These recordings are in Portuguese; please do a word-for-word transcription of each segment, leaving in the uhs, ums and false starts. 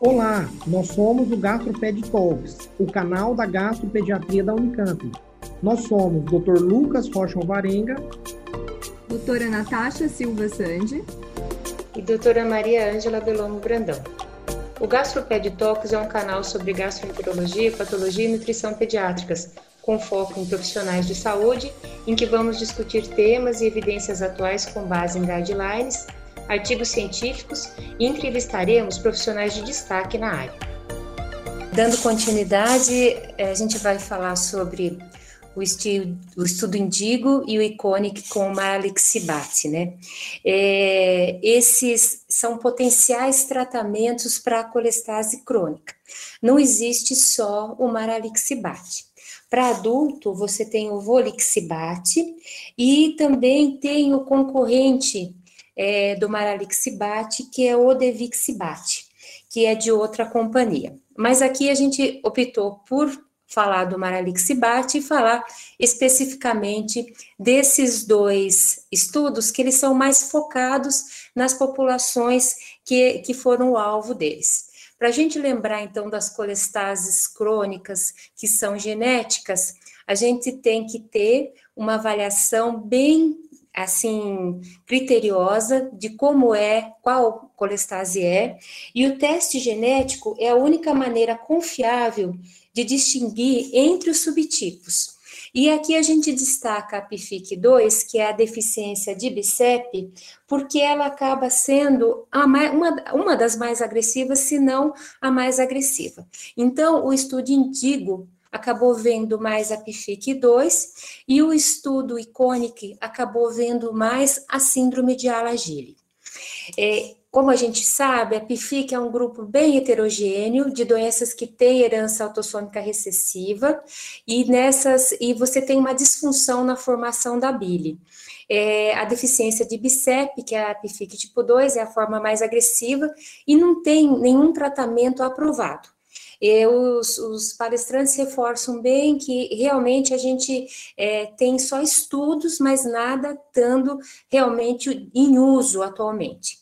Olá, nós somos o GastroPed Talks, o canal da gastropediatria da Unicamp. Nós somos o doutor Lucas Rocha Alvarenga, doutora Natasha Silva Sandi e doutora Maria Ângela Belomo Brandão. O GastroPed Talks é um canal sobre gastroenterologia, patologia e nutrição pediátricas, com foco em profissionais de saúde, em que vamos discutir temas e evidências atuais com base em guidelines, artigos científicos e entrevistaremos profissionais de destaque na área. Dando continuidade, a gente vai falar sobre o, estilo, o estudo Indigo e o Iconic com o Maralixibate, né? É, esses são potenciais tratamentos para a colestase crônica. Não existe só o Maralixibate. Para adulto, você tem o Volixibat e também tem o concorrente É, do Maralixibate, que é o Devixibat, que é de outra companhia. Mas aqui a gente optou por falar do Maralixibate e falar especificamente desses dois estudos, que eles são mais focados nas populações que, que foram o alvo deles. Para a gente lembrar, então, das colestases crônicas que são genéticas, a gente tem que ter uma avaliação bem assim, criteriosa de como é, qual colestase é, e o teste genético é a única maneira confiável de distinguir entre os subtipos. E aqui a gente destaca a P I F I C dois, que é a deficiência de B I C E P, porque ela acaba sendo a mais, uma, uma das mais agressivas, se não a mais agressiva. Então, o estudo Indigo acabou vendo mais a P I F I C dois e o estudo Iconic acabou vendo mais a síndrome de Alagille. É, como a gente sabe, a P I F I C é um grupo bem heterogêneo de doenças que têm herança autossômica recessiva e, nessas, e você tem uma disfunção na formação da bile. É, a deficiência de B I C E P, que é a P I F I C tipo dois, é a forma mais agressiva e não tem nenhum tratamento aprovado. E os, os palestrantes reforçam bem que realmente a gente é, tem só estudos, mas nada estando realmente em uso atualmente.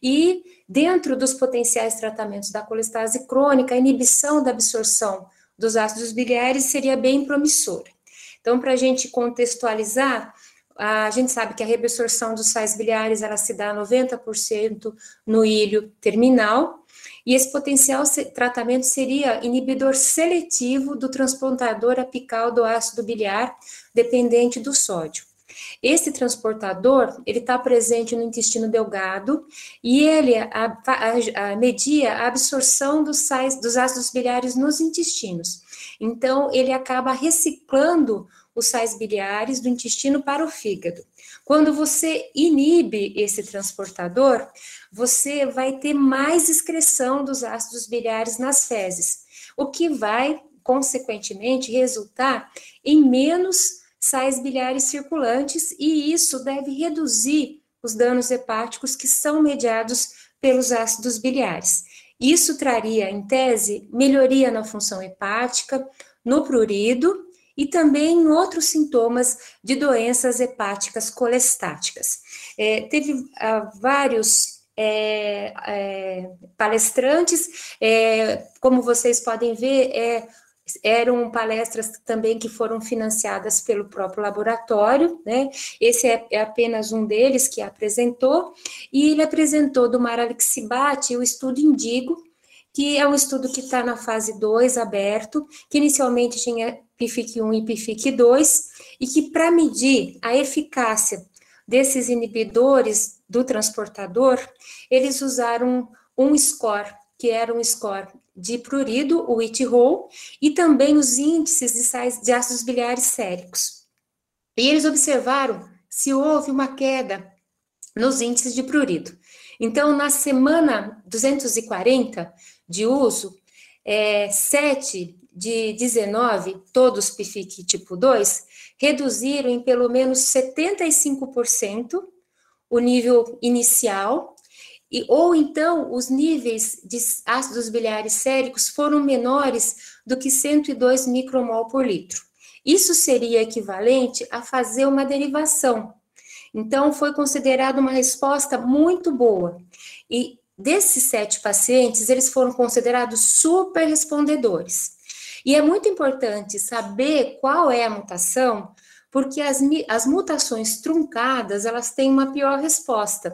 E dentro dos potenciais tratamentos da colestase crônica, a inibição da absorção dos ácidos biliares seria bem promissora. Então, para a gente contextualizar, a gente sabe que a reabsorção dos sais biliares ela se dá noventa por cento no ilho terminal, e esse potencial tratamento seria inibidor seletivo do transportador apical do ácido biliar dependente do sódio. Esse transportador, ele está presente no intestino delgado e ele a, a, a media a absorção dos sais, dos ácidos biliares nos intestinos. Então, ele acaba reciclando os sais biliares do intestino para o fígado. Quando você inibe esse transportador, você vai ter mais excreção dos ácidos biliares nas fezes, o que vai, consequentemente, resultar em menos sais biliares circulantes, e isso deve reduzir os danos hepáticos que são mediados pelos ácidos biliares. Isso traria, em tese, melhoria na função hepática, no prurido, e também em outros sintomas de doenças hepáticas colestáticas. É, teve ah, vários é, é, palestrantes, é, como vocês podem ver, é, eram palestras também que foram financiadas pelo próprio laboratório, né? Esse é, é apenas um deles que apresentou, e ele apresentou do Maralixibate o estudo Indigo, que é um estudo que está na fase dois aberto, que inicialmente tinha P I F I C um e P I F I C dois, e que para medir a eficácia desses inibidores do transportador, eles usaram um score, que era um score de prurido, o Whitehall, e também os índices de, sais, de ácidos biliares séricos. E eles observaram se houve uma queda nos índices de prurido. Então, na semana duzentos e quarenta de uso, é, sete de dezenove, todos P I F I C tipo dois, reduziram em pelo menos setenta e cinco por cento o nível inicial, e, ou então os níveis de ácidos biliares séricos foram menores do que cento e dois micromol por litro. Isso seria equivalente a fazer uma derivação. Então, foi considerada uma resposta muito boa. E desses sete pacientes, eles foram considerados super respondedores. E é muito importante saber qual é a mutação, porque as, as mutações truncadas, elas têm uma pior resposta.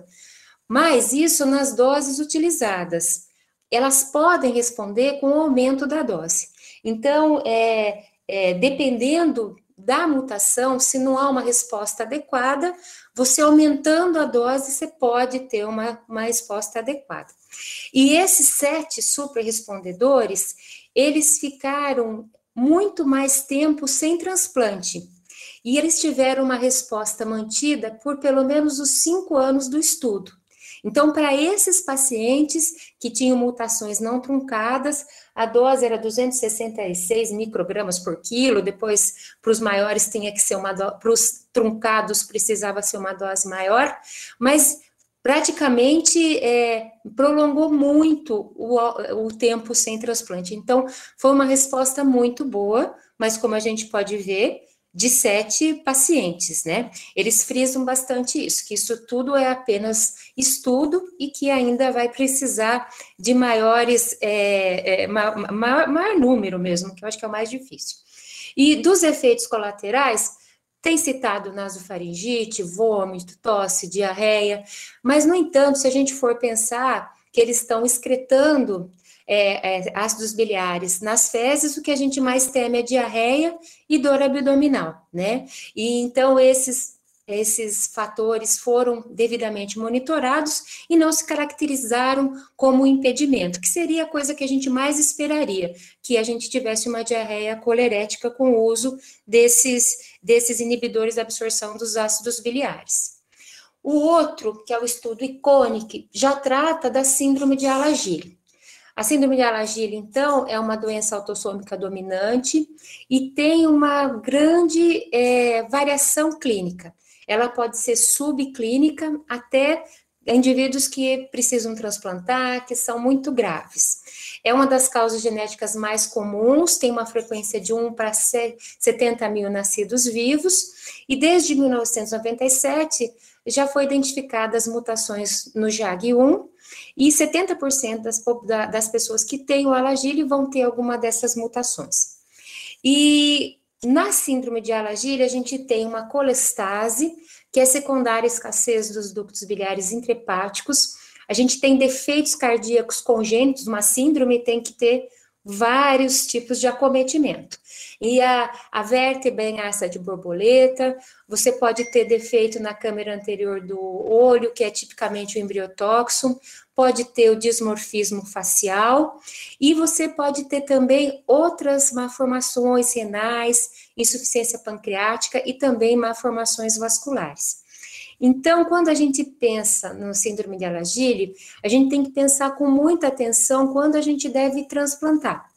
Mas isso nas doses utilizadas. Elas podem responder com o aumento da dose. Então, é, é, dependendo da mutação, se não há uma resposta adequada, você aumentando a dose, você pode ter uma, uma resposta adequada. E esses sete super respondedores, eles ficaram muito mais tempo sem transplante. E eles tiveram uma resposta mantida por pelo menos os cinco anos do estudo. Então, para esses pacientes que tinham mutações não truncadas, a dose era duzentos e sessenta e seis microgramas por quilo, depois, para os maiores, tinha que ser uma dose, para os truncados, precisava ser uma dose maior, mas praticamente é, prolongou muito o, o tempo sem transplante. Então, foi uma resposta muito boa, mas como a gente pode ver, de sete pacientes, né? Eles frisam bastante isso, que isso tudo é apenas estudo e que ainda vai precisar de maiores, é, é, maior, maior, maior número mesmo, que eu acho que é o mais difícil. E dos efeitos colaterais, tem citado nasofaringite, vômito, tosse, diarreia, mas, no entanto, se a gente for pensar que eles estão excretando É, é, ácidos biliares nas fezes, o que a gente mais teme é diarreia e dor abdominal, né? E então esses, esses fatores foram devidamente monitorados e não se caracterizaram como impedimento, que seria a coisa que a gente mais esperaria, que a gente tivesse uma diarreia colerética com o uso desses, desses inibidores da absorção dos ácidos biliares. O outro, que é o estudo ICONIC, já trata da síndrome de Alagille. A síndrome de Alagille, então, é uma doença autossômica dominante e tem uma grande é, variação clínica. Ela pode ser subclínica até indivíduos que precisam transplantar, que são muito graves. É uma das causas genéticas mais comuns, tem uma frequência de um para setenta mil nascidos vivos, e desde mil novecentos e noventa e sete já foi identificadas mutações no J A G um, e setenta por cento das, das pessoas que têm o Alagille vão ter alguma dessas mutações. E na síndrome de Alagille, a gente tem uma colestase, que é secundária à escassez dos ductos biliares intrahepáticos. A gente tem defeitos cardíacos congênitos, uma síndrome tem que ter vários tipos de acometimento. E a, a vértebra em asa de borboleta, você pode ter defeito na câmara anterior do olho, que é tipicamente o embriotóxo, pode ter o dismorfismo facial, e você pode ter também outras malformações renais, insuficiência pancreática e também malformações vasculares. Então, quando a gente pensa no síndrome de Alagille, a gente tem que pensar com muita atenção quando a gente deve transplantar.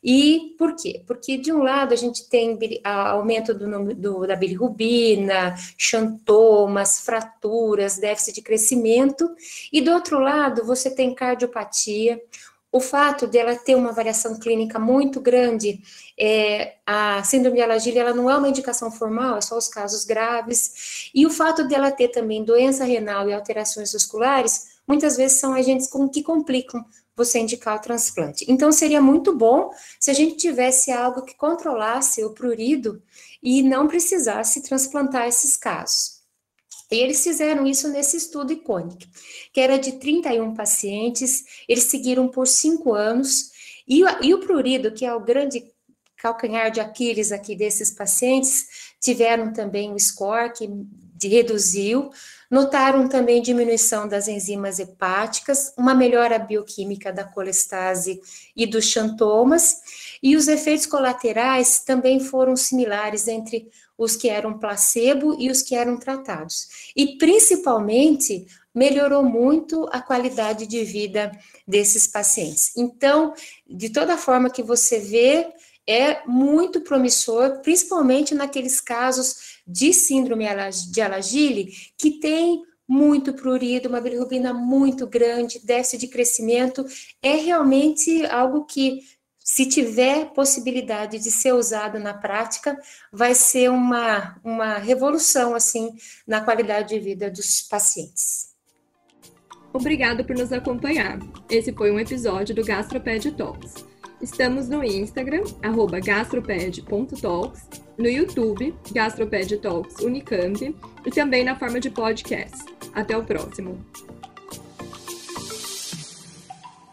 E por quê? Porque, de um lado, a gente tem aumento do, do, da bilirrubina, xantomas, fraturas, déficit de crescimento, e, do outro lado, você tem cardiopatia. O fato dela ter uma variação clínica muito grande, é, a síndrome de Alagille, ela não é uma indicação formal, é só os casos graves, e o fato dela ter também doença renal e alterações vasculares, muitas vezes são agentes com, que complicam você indicar o transplante. Então, seria muito bom se a gente tivesse algo que controlasse o prurido e não precisasse transplantar esses casos. E eles fizeram isso nesse estudo ICONIC, que era de trinta e um pacientes, eles seguiram por cinco anos, e, e o prurido, que é o grande calcanhar de Aquiles aqui desses pacientes, tiveram também um score que reduziu, notaram também diminuição das enzimas hepáticas, uma melhora bioquímica da colestase e dos xantomas, e os efeitos colaterais também foram similares entre os que eram placebo e os que eram tratados. E, principalmente, melhorou muito a qualidade de vida desses pacientes. Então, de toda forma que você vê, é muito promissor, principalmente naqueles casos de síndrome de Alagille, que tem muito prurido, uma bilirrubina muito grande, déficit de crescimento, é realmente algo que, se tiver possibilidade de ser usado na prática, vai ser uma, uma revolução, assim, na qualidade de vida dos pacientes. Obrigado por nos acompanhar. Esse foi um episódio do GastroPed Talks. Estamos no Instagram, arroba gastroped ponto talks, no YouTube, GastroPed Talks Unicamp, e também na forma de podcast. Até o próximo!